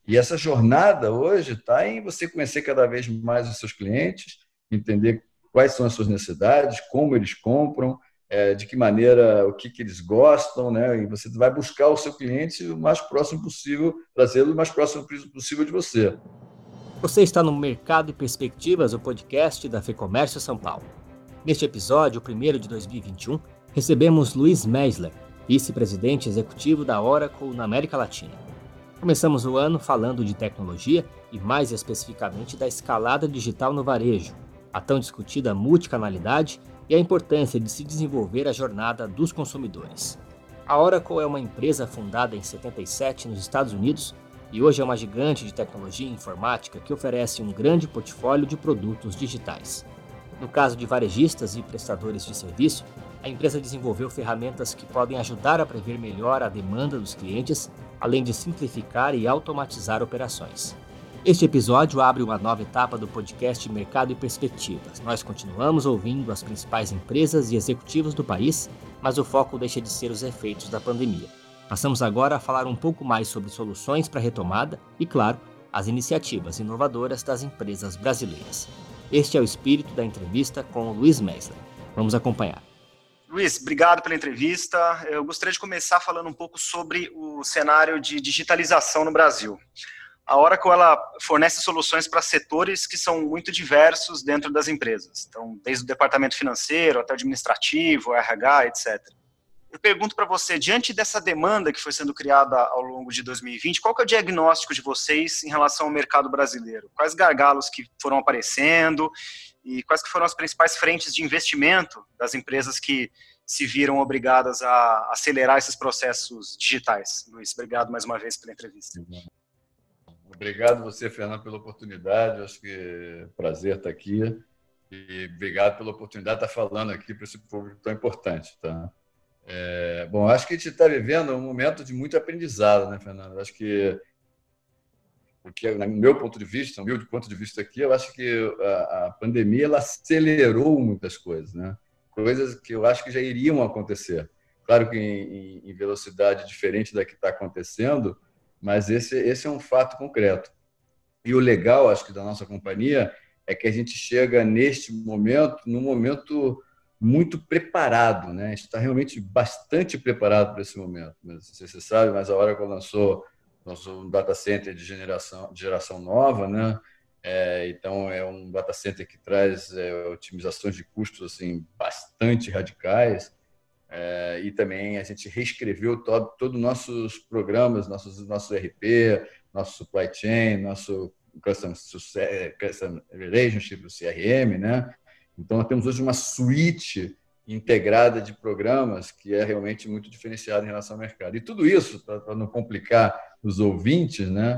E essa jornada hoje está em você conhecer cada vez mais os seus clientes, entender quais são as suas necessidades, como eles compram, de que maneira, o que eles gostam, né? E você vai buscar o seu cliente o mais próximo possível, trazê-lo o mais próximo possível de você. Você está no Mercado e Perspectivas, o podcast da FEComércio São Paulo. Neste episódio, o primeiro de 2021, recebemos Luiz Meisler, vice-presidente executivo da Oracle na América Latina. Começamos o ano falando de tecnologia e, mais especificamente, da escalada digital no varejo, a tão discutida multicanalidade e a importância de se desenvolver a jornada dos consumidores. A Oracle é uma empresa fundada em 77 nos Estados Unidos e hoje é uma gigante de tecnologia e informática que oferece um grande portfólio de produtos digitais. No caso de varejistas e prestadores de serviço, a empresa desenvolveu ferramentas que podem ajudar a prever melhor a demanda dos clientes, além de simplificar e automatizar operações. Este episódio abre uma nova etapa do podcast Mercado e Perspectivas. Nós continuamos ouvindo as principais empresas e executivos do país, mas o foco deixa de ser os efeitos da pandemia. Passamos agora a falar um pouco mais sobre soluções para a retomada e, claro, as iniciativas inovadoras das empresas brasileiras. Este é o espírito da entrevista com o Luiz Meisler. Vamos acompanhar. Luiz, obrigado pela entrevista. Eu gostaria de começar falando um pouco sobre o cenário de digitalização no Brasil. A Oracle ela fornece soluções para setores que são muito diversos dentro das empresas. Então, desde o departamento financeiro até o administrativo, RH, etc. Eu pergunto para você, diante dessa demanda que foi sendo criada ao longo de 2020, qual que é o diagnóstico de vocês em relação ao mercado brasileiro? Quais gargalos que foram aparecendo e quais que foram as principais frentes de investimento das empresas que se viram obrigadas a acelerar esses processos digitais? Luiz, obrigado mais uma vez pela entrevista. Obrigado você, Fernando, pela oportunidade. Acho que é um prazer estar aqui. E obrigado pela oportunidade de estar falando aqui para esse público tão importante, tá? Bom, acho que a gente está vivendo um momento de muito aprendizado, né, Fernando? Acho que, porque, no meu ponto de vista, no meu ponto de vista aqui, eu acho que a pandemia ela acelerou muitas coisas, né? Coisas que eu acho que já iriam acontecer. Claro que em velocidade diferente da que está acontecendo, mas esse é um fato concreto. E o legal, acho que, da nossa companhia é que a gente chega neste momento, num momento muito preparado, né? A gente está realmente bastante preparado para esse momento. Não sei se você sabe, mas a Oracle lançou um data center de geração nova, né? Então, é um data center que traz otimizações de custos assim, bastante radicais. E também a gente reescreveu todos os nossos programas, nosso RP, nosso supply chain, nosso Customer Relationship, o CRM, né? Então, nós temos hoje uma suíte integrada de programas que é realmente muito diferenciada em relação ao mercado. E tudo isso, para não complicar os ouvintes, né?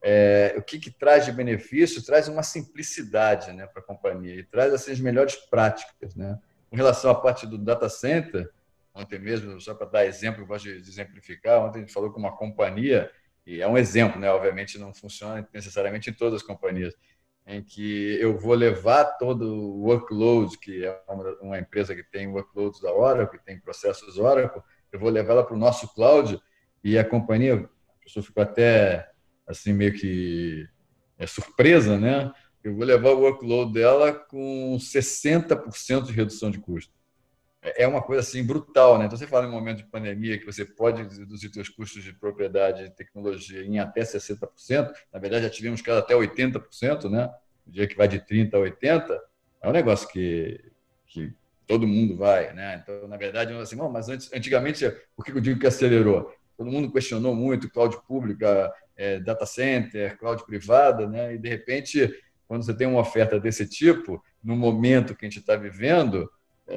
O que traz de benefício? Traz uma simplicidade, né, para a companhia e traz assim, as melhores práticas, né? Com relação à parte do data center, ontem mesmo, só para dar exemplo, eu gosto de exemplificar, ontem a gente falou com uma companhia, e é um exemplo, né? Obviamente não funciona necessariamente em todas as companhias, em que eu vou levar todo o workload, que é uma empresa que tem workloads da Oracle, que tem processos Oracle, eu vou levar ela para o nosso cloud e a companhia, a pessoa ficou até assim meio que surpresa, né? Eu vou levar o workload dela com 60% de redução de custo. É uma coisa assim brutal, né? Então você fala em um momento de pandemia que você pode reduzir seus custos de propriedade e tecnologia em até 60%, na verdade já tivemos caso até 80%, né? O dia que vai de 30 a 80, é um negócio que todo mundo vai, né? Então, na verdade, assim, não, mas antigamente, por que eu digo que acelerou? Todo mundo questionou muito cloud pública, data center, cloud privada, né? E de repente, quando você tem uma oferta desse tipo, no momento que a gente está vivendo,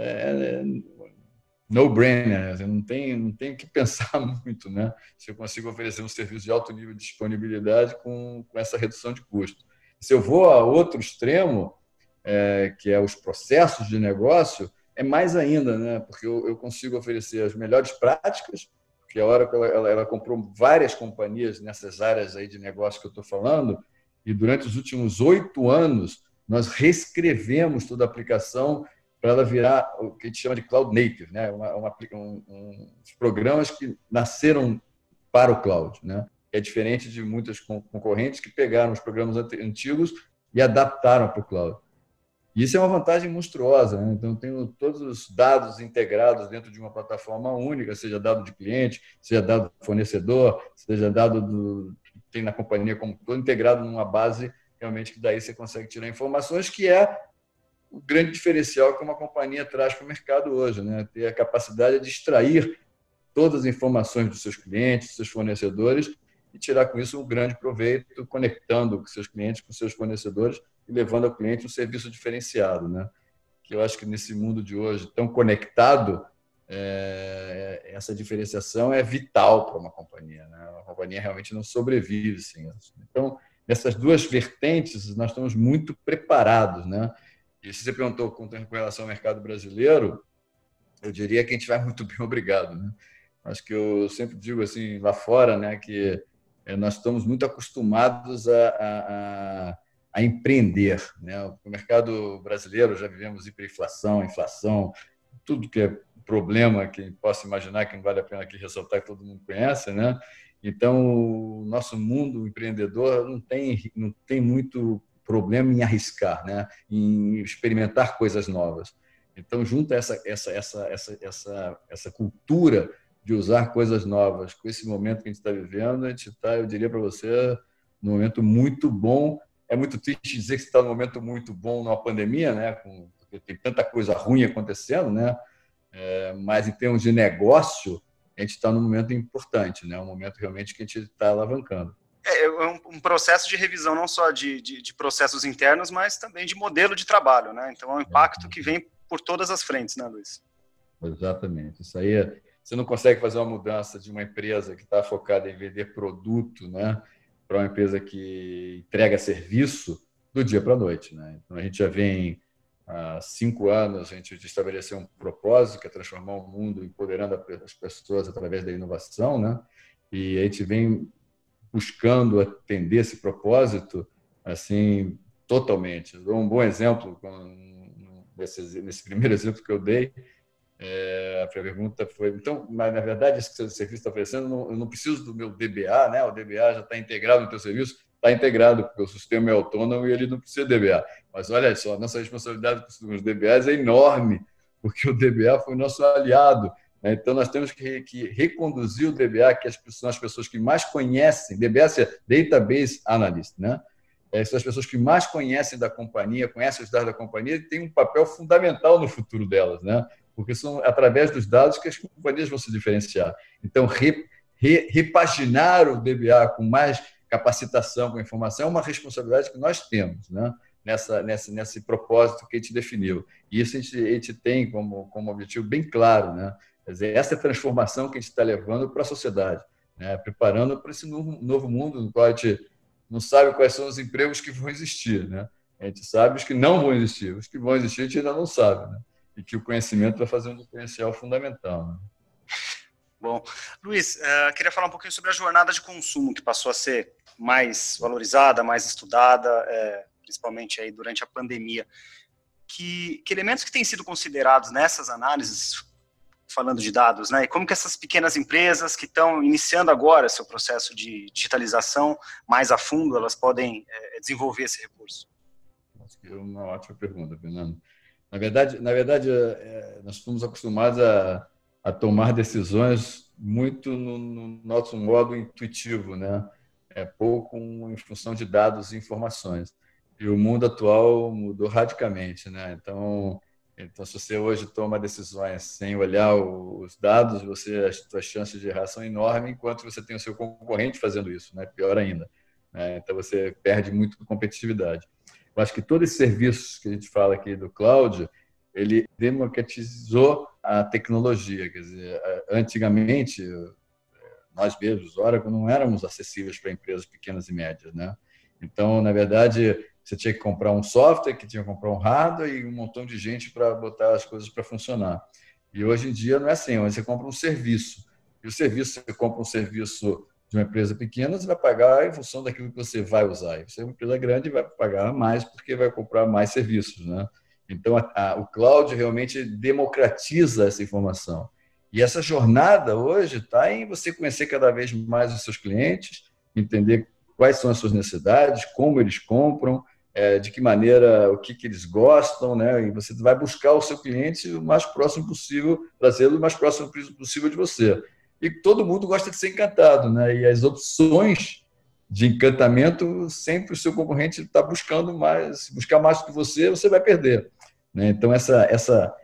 no-brainer, né? Não tem que pensar muito, né? Se eu consigo oferecer um serviço de alto nível de disponibilidade com essa redução de custo. Se eu vou a outro extremo, que é os processos de negócio, é mais ainda, né? Porque eu consigo oferecer as melhores práticas, porque a Oracle ela comprou várias companhias nessas áreas aí de negócio que eu estou falando, e durante os últimos 8 anos nós reescrevemos toda a aplicação para ela virar o que a gente chama de cloud native, né? Uns programas que nasceram para o cloud, né? que é diferente de muitas concorrentes que pegaram os programas antigos e adaptaram para o cloud. E isso é uma vantagem monstruosa, né? Então, eu tenho todos os dados integrados dentro de uma plataforma única, seja dado de cliente, seja dado do fornecedor, seja dado que tem na companhia como todo, integrado numa base realmente que daí você consegue tirar informações, que é o grande diferencial que uma companhia traz para o mercado hoje, né? Ter a capacidade de extrair todas as informações dos seus clientes, dos seus fornecedores, e tirar com isso um grande proveito, conectando com seus clientes, com seus fornecedores, e levando ao cliente um serviço diferenciado, né? Que eu acho que nesse mundo de hoje tão conectado, essa diferenciação é vital para uma companhia, né? Uma companhia realmente não sobrevive sem isso. Então, nessas duas vertentes, nós estamos muito preparados, né? E se você perguntou com relação ao mercado brasileiro, eu diria que a gente vai muito bem, obrigado, né? Acho que eu sempre digo assim, lá fora, né, que nós estamos muito acostumados a empreender, né? O mercado brasileiro, já vivemos hiperinflação, inflação, tudo que é problema que possa imaginar, que não vale a pena aqui ressaltar, que todo mundo conhece, né? Então, o nosso mundo empreendedor não tem muito problema em arriscar, né? Em experimentar coisas novas. Então, junta essa cultura de usar coisas novas com esse momento que a gente está vivendo, a gente está, eu diria para você, num momento muito bom. É muito triste dizer que você está num momento muito bom numa pandemia, né? Porque tem tanta coisa ruim acontecendo, né? Mas em termos de negócio, a gente está num momento importante, né? Um momento realmente que a gente está alavancando. É um processo de revisão não só de processos internos, mas também de modelo de trabalho, né? Então é um impacto que vem por todas as frentes, né, Luiz? Exatamente. Isso aí, você não consegue fazer uma mudança de uma empresa que está focada em vender produto, né, para uma empresa que entrega serviço do dia para a noite, né? Então, a gente já vem há 5 anos, a gente estabeleceu um propósito, que é transformar o mundo empoderando as pessoas através da inovação, né? E a gente vem buscando atender esse propósito assim totalmente. Eu dou um bom exemplo nesse primeiro exemplo que eu dei. A pergunta foi, então, mas na verdade, esse que o serviço está oferecendo, eu não preciso do meu DBA, né? O DBA já está integrado no teu serviço, está integrado, porque o sistema é autônomo e ele não precisa de DBA. Mas olha só, nossa responsabilidade com os DBAs é enorme, porque o DBA foi o nosso aliado, né? Então, nós temos que reconduzir o DBA, que são as pessoas que mais conhecem, DBA é Database Analyst, né? São as pessoas que mais conhecem da companhia, conhecem os dados da companhia e têm um papel fundamental no futuro delas, né? Porque são através dos dados que as companhias vão se diferenciar. Então, repaginar o DBA com mais capacitação, com informação, é uma responsabilidade que nós temos, né? Nesse propósito que a gente definiu. E isso a gente tem como objetivo bem claro, né? Quer dizer, essa transformação que a gente está levando para a sociedade, né? Preparando para esse novo mundo no qual a gente não sabe quais são os empregos que vão existir, né? A gente sabe os que não vão existir. Os que vão existir a gente ainda não sabe, né? E que o conhecimento vai fazer um diferencial fundamental, né? Bom, Luiz, queria falar um pouquinho sobre a jornada de consumo, que passou a ser mais valorizada, mais estudada, principalmente aí durante a pandemia. Que elementos que têm sido considerados nessas análises, falando de dados, né? E como que essas pequenas empresas que estão iniciando agora seu processo de digitalização mais a fundo, elas podem desenvolver esse recurso? Acho que é uma ótima pergunta, Fernando. Na verdade, nós fomos acostumados a tomar decisões muito no nosso modo intuitivo, né? Pouco em função de dados e informações. E o mundo atual mudou radicalmente, né? Então, se você hoje toma decisões sem olhar os dados, as suas chances de errar são enormes, enquanto você tem o seu concorrente fazendo isso, né? Pior ainda, né? Então, você perde muito competitividade. Eu acho que todos esses serviços que a gente fala aqui do cloud, ele democratizou a tecnologia. Quer dizer, antigamente, nós mesmos, Oracle, não éramos acessíveis para empresas pequenas e médias, né? Então, na verdade, você tinha que comprar um software, que tinha que comprar um hardware e um montão de gente para botar as coisas para funcionar. E hoje em dia não é assim, hoje você compra um serviço. E o serviço, você compra um serviço de uma empresa pequena, você vai pagar em função daquilo que você vai usar. E você é uma empresa grande, vai pagar mais porque vai comprar mais serviços, né? Então, o cloud realmente democratiza essa informação. E essa jornada hoje está em você conhecer cada vez mais os seus clientes, entender quais são as suas necessidades, como eles compram, de que maneira, o que eles gostam, né? E você vai buscar o seu cliente o mais próximo possível, trazê-lo o mais próximo possível de você. E todo mundo gosta de ser encantado, né? E as opções de encantamento, sempre o seu concorrente está buscando mais, buscar mais do que você vai perder, né? Então, essa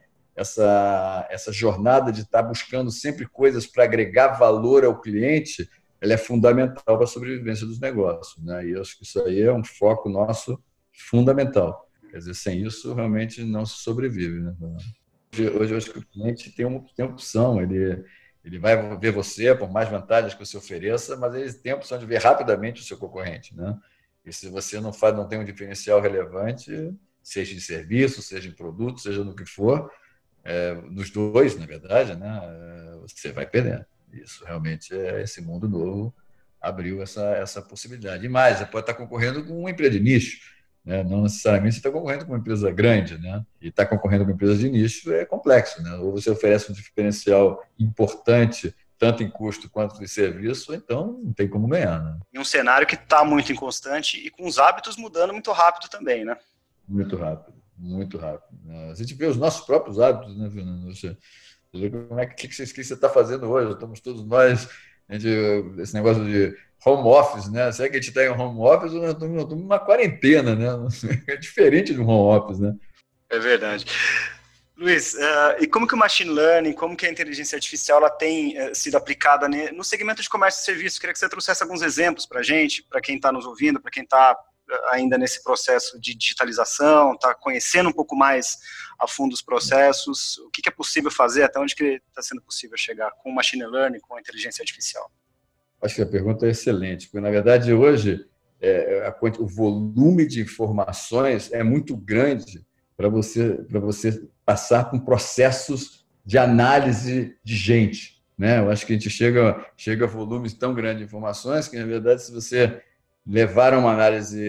jornada de estar buscando sempre coisas para agregar valor ao cliente, ela é fundamental para a sobrevivência dos negócios, né? E eu acho que isso aí é um foco nosso fundamental. Quer dizer, sem isso, realmente não se sobrevive, né? Hoje eu acho que o cliente tem opção, ele vai ver você por mais vantagens que você ofereça, mas ele tem a opção de ver rapidamente o seu concorrente, né? E se você não tem um diferencial relevante, seja em serviço, seja em produto, seja no que for, nos dois, na verdade, né? Você vai perdendo. Isso realmente esse mundo novo abriu essa possibilidade. E mais, você pode estar concorrendo com uma empresa de nicho, né? Não necessariamente você está concorrendo com uma empresa grande, né? E estar concorrendo com uma empresa de nicho é complexo, né? Ou você oferece um diferencial importante, tanto em custo quanto em serviço, então não tem como ganhar, né? Em um cenário que está muito inconstante e com os hábitos mudando muito rápido também, né? Muito rápido, muito rápido. A gente vê os nossos próprios hábitos, né, Fernando? Como que você está fazendo hoje? Estamos todos nós, esse negócio de home office, né? Será que a gente está em home office ou nós estamos numa quarentena, né? É diferente de um home office, né? É verdade. Luiz, e como que o machine learning, como que a inteligência artificial ela tem sido aplicada no segmento de comércio e serviços? Queria que você trouxesse alguns exemplos para a gente, para quem está nos ouvindo, para quem está ainda nesse processo de digitalização, está conhecendo um pouco mais a fundo os processos, o que é possível fazer, até onde que está sendo possível chegar com o machine learning, com a inteligência artificial? Acho que a pergunta é excelente, porque, na verdade, hoje, o volume de informações é muito grande para você passar por processos de análise de gente, né? Eu acho que a gente chega a volumes tão grandes de informações que, na verdade, se você levar a uma análise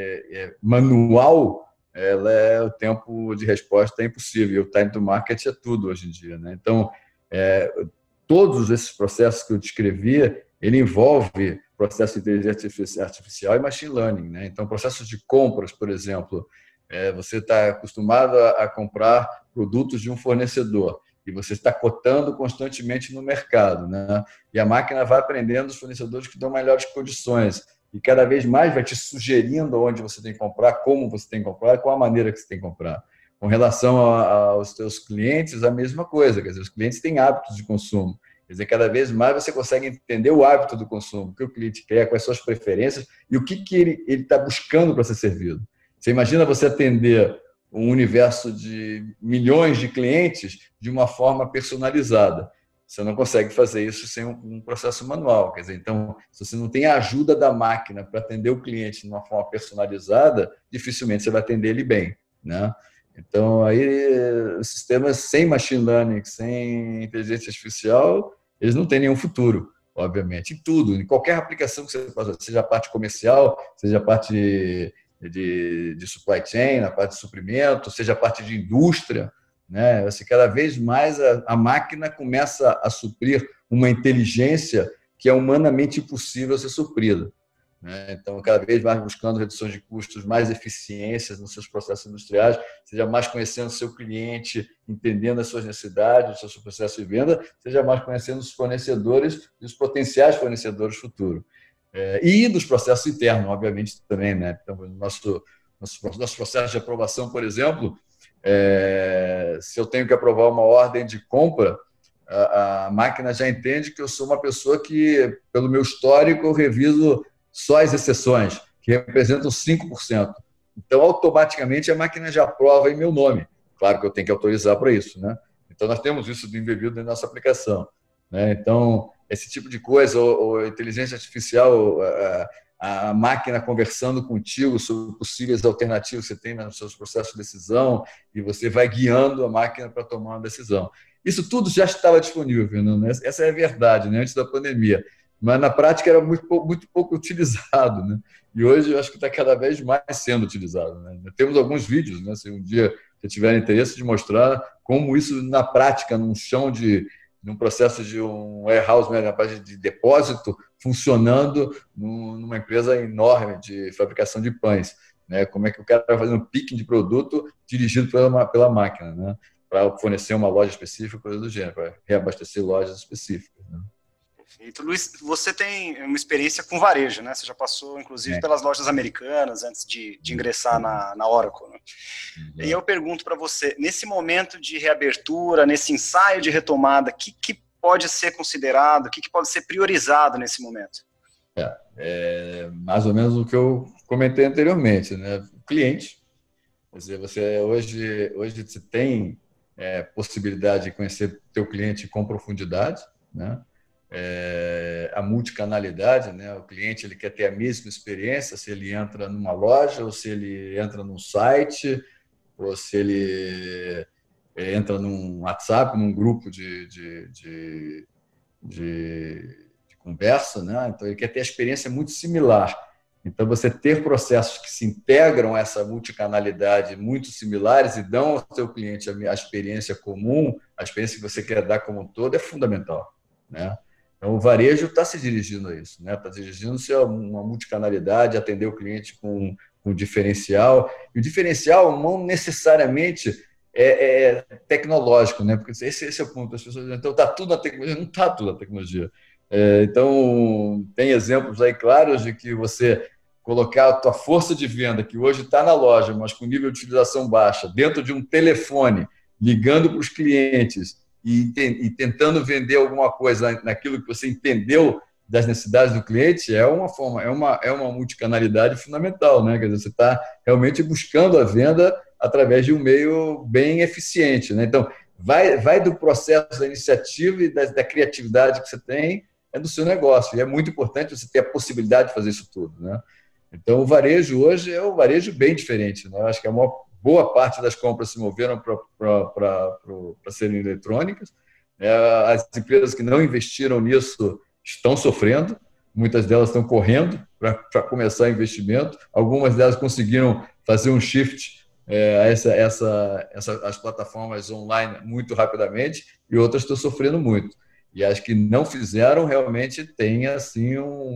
manual, o tempo de resposta é impossível. O time to market é tudo hoje em dia, né? Então, todos esses processos que eu descrevi, ele envolve processo de inteligência artificial e machine learning, né? Então, processos de compras, por exemplo, você está acostumado a comprar produtos de um fornecedor e você está cotando constantemente no mercado, né? E a máquina vai aprendendo os fornecedores que dão melhores condições e cada vez mais vai te sugerindo onde você tem que comprar, como você tem que comprar, qual a maneira que você tem que comprar. Com relação aos teus clientes, a mesma coisa, quer dizer, os clientes têm hábitos de consumo. Quer dizer, cada vez mais você consegue entender o hábito do consumo, o que o cliente quer, quais são as preferências e o que ele está buscando para ser servido. Você imagina você atender um universo de milhões de clientes de uma forma personalizada. Você não consegue fazer isso sem um processo manual. Quer dizer, então, se você não tem a ajuda da máquina para atender o cliente de uma forma personalizada, dificilmente você vai atender ele bem, né? Então, aí, os sistemas sem machine learning, sem inteligência artificial, eles não têm nenhum futuro, obviamente. Em tudo, em qualquer aplicação que você faça, seja a parte comercial, seja a parte de supply chain, a parte de suprimento, seja a parte de indústria, né? Assim, cada vez mais a máquina começa a suprir uma inteligência que é humanamente impossível ser suprida, né? Então, cada vez mais buscando reduções de custos, mais eficiências nos seus processos industriais, seja mais conhecendo o seu cliente, entendendo as suas necessidades, o seu processo de venda, seja mais conhecendo os fornecedores e os potenciais fornecedores futuros. E dos processos internos, obviamente, também, né? Então, nosso processo de aprovação, por exemplo, se eu tenho que aprovar uma ordem de compra, a máquina já entende que eu sou uma pessoa que, pelo meu histórico, eu reviso só as exceções, que representam 5%. Então, automaticamente, a máquina já aprova em meu nome. Claro que eu tenho que autorizar para isso, né? Então, nós temos isso embebido na nossa aplicação, né? Então, esse tipo de coisa, ou inteligência artificial, a máquina conversando contigo sobre possíveis alternativas que você tem nos seus processos de decisão e você vai guiando a máquina para tomar uma decisão. Isso tudo já estava disponível, né? Essa é a verdade, né? Antes da pandemia. Mas, na prática, era muito pouco utilizado, né? E hoje, eu acho que está cada vez mais sendo utilizado, né? Temos alguns vídeos, né? Se um dia você tiver interesse de mostrar como isso, na prática, num chão de num processo de um warehouse, uma parte de depósito, funcionando numa empresa enorme de fabricação de pães, né? Como é que o cara vai fazer um picking de produto dirigido pela máquina, né? Para fornecer uma loja específica, coisa do gênero, para reabastecer lojas específicas, né? Perfeito. Luiz, você tem uma experiência com varejo, né? Você já passou, inclusive, pelas lojas americanas antes de ingressar na Oracle, né? E eu pergunto para você, nesse momento de reabertura, nesse ensaio de retomada, o que pode ser considerado, o que pode ser priorizado nesse momento? É mais ou menos o que eu comentei anteriormente, né? O cliente. Quer dizer, você hoje você tem possibilidade de conhecer teu cliente com profundidade, né? A multicanalidade, né? O cliente ele quer ter a mesma experiência se ele entra numa loja ou se ele entra num site ou se ele entra num WhatsApp, num grupo de conversa, né? Então ele quer ter a experiência muito similar. Então você ter processos que se integram a essa multicanalidade muito similares e dão ao seu cliente a experiência comum, a experiência que você quer dar como um todo é fundamental, né? Então, o varejo está se dirigindo a isso, né? Está dirigindo-se a uma multicanalidade, atender o cliente com diferencial. E o diferencial não necessariamente é tecnológico, né? Porque esse é o ponto. As pessoas dizem, então está tudo na tecnologia. Não está tudo na tecnologia. Então, tem exemplos aí claros de que você colocar a tua força de venda, que hoje está na loja, mas com nível de utilização baixa, dentro de um telefone, ligando para os clientes, e tentando vender alguma coisa naquilo que você entendeu das necessidades do cliente, é uma multicanalidade fundamental, né? Quer dizer, você está realmente buscando a venda através de um meio bem eficiente, né? Então, vai do processo da iniciativa e da criatividade que você tem do seu negócio, e é muito importante você ter a possibilidade de fazer isso tudo, né? Então, o varejo hoje é um varejo bem diferente, né? Eu acho que a maior boa parte das compras se moveram para serem eletrônicas. As empresas que não investiram nisso estão sofrendo, muitas delas estão correndo para começar investimento, algumas delas conseguiram fazer um shift as plataformas online muito rapidamente e outras estão sofrendo muito. E as que não fizeram realmente têm assim,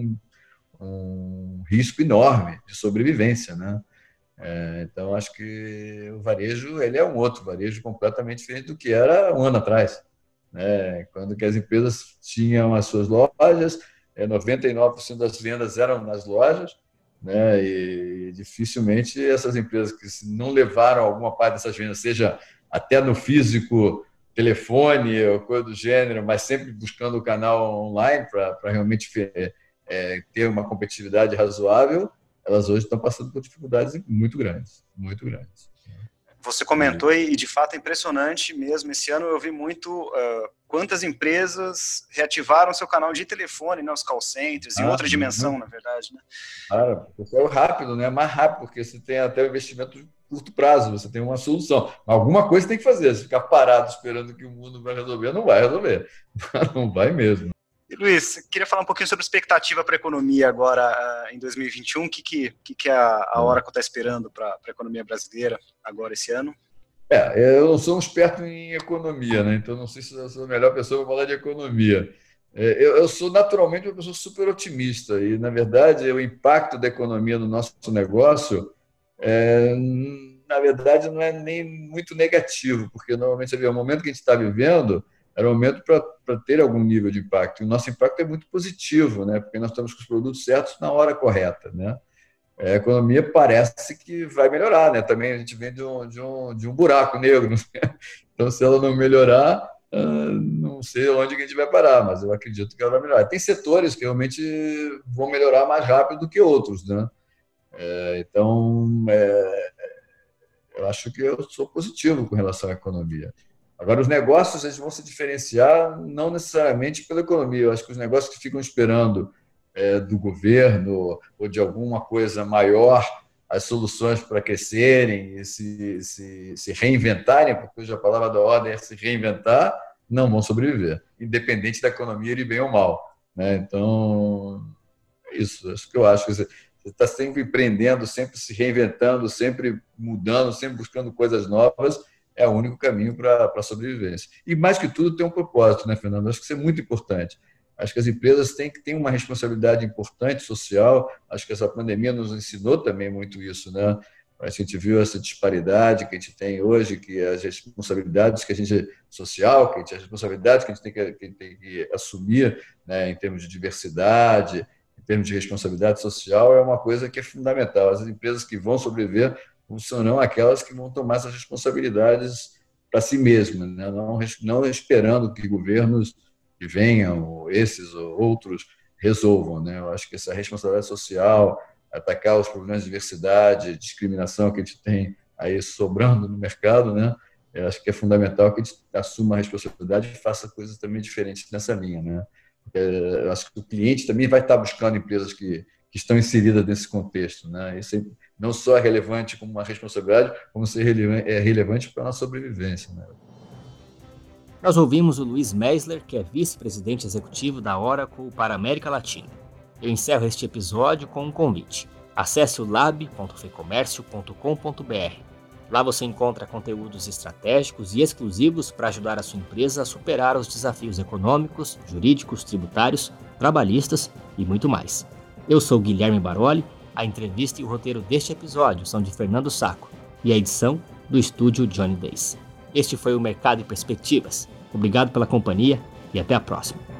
um risco enorme de sobrevivência, né? Então, acho que o varejo ele é um outro varejo completamente diferente do que era um ano atrás, né? Quando que as empresas tinham as suas lojas, 99% das vendas eram nas lojas, né? E dificilmente essas empresas que não levaram alguma parte dessas vendas, seja até no físico, telefone ou coisa do gênero, mas sempre buscando o canal online para realmente ter uma competitividade razoável, elas hoje estão passando por dificuldades muito grandes, muito grandes. Você comentou e de fato é impressionante mesmo. Esse ano eu vi muito quantas empresas reativaram seu canal de telefone, né, os call centers, em outra dimensão, na verdade, né? Claro, porque é rápido, né? Mais rápido, porque você tem até o investimento de curto prazo, você tem uma solução. Alguma coisa tem que fazer. Se ficar parado esperando que o mundo vai resolver, não vai resolver. Não vai mesmo. E, Luiz, queria falar um pouquinho sobre expectativa para a economia agora em 2021. O que a Oracle está esperando para a economia brasileira agora esse ano? Eu não sou um experto em economia, né? Então não sei se eu sou a melhor pessoa para falar de economia. Eu sou naturalmente uma pessoa super otimista e, na verdade, o impacto da economia no nosso negócio, na verdade, não é nem muito negativo, porque normalmente você vê o momento que a gente está vivendo era um momento para ter algum nível de impacto. E o nosso impacto é muito positivo, né? Porque nós estamos com os produtos certos na hora correta, né? A economia parece que vai melhorar, né? Também a gente vem de um buraco negro. Então, se ela não melhorar, não sei onde que a gente vai parar, mas eu acredito que ela vai melhorar. Tem setores que realmente vão melhorar mais rápido do que outros, né? Então, eu acho que eu sou positivo com relação à economia. Agora, os negócios eles vão se diferenciar não necessariamente pela economia. Eu acho que os negócios que ficam esperando do governo ou de alguma coisa maior as soluções para crescerem e se reinventarem, porque hoje a palavra da ordem é se reinventar, não vão sobreviver, independente da economia ir bem ou mal, né? Então, é isso. Acho que eu acho que você está sempre empreendendo, sempre se reinventando, sempre mudando, sempre buscando coisas novas. é o único caminho para a sobrevivência. E, mais que tudo, tem um propósito, né, Fernando? Acho que isso é muito importante. Acho que as empresas têm uma responsabilidade importante social. Acho que essa pandemia nos ensinou também muito isso, né? A gente viu essa disparidade que a gente tem hoje, que as responsabilidades que a gente social, que as responsabilidades que a gente tem que assumir, né, em termos de diversidade, em termos de responsabilidade social, é uma coisa que é fundamental. As empresas que vão sobreviver serão aquelas que vão tomar essas responsabilidades para si mesmas, né? Não esperando que governos que venham, esses ou outros, resolvam, né? Eu acho que essa responsabilidade social, atacar os problemas de diversidade, discriminação que a gente tem aí sobrando no mercado, né? Eu acho que é fundamental que a gente assuma a responsabilidade e faça coisas também diferentes nessa linha, né? Porque eu acho que o cliente também vai estar buscando empresas que estão inseridas nesse contexto, né? Isso não só é relevante como uma responsabilidade, como é relevante para a nossa sobrevivência, né? Nós ouvimos o Luiz Meisler, que é vice-presidente executivo da Oracle para a América Latina. Eu encerro este episódio com um convite. Acesse o lab.fecomércio.com.br. Lá você encontra conteúdos estratégicos e exclusivos para ajudar a sua empresa a superar os desafios econômicos, jurídicos, tributários, trabalhistas e muito mais. Eu sou Guilherme Baroli, a entrevista e o roteiro deste episódio são de Fernando Sacco e a edição do estúdio Johnny Days. Este foi o Mercado e Perspectivas. Obrigado pela companhia e até a próxima.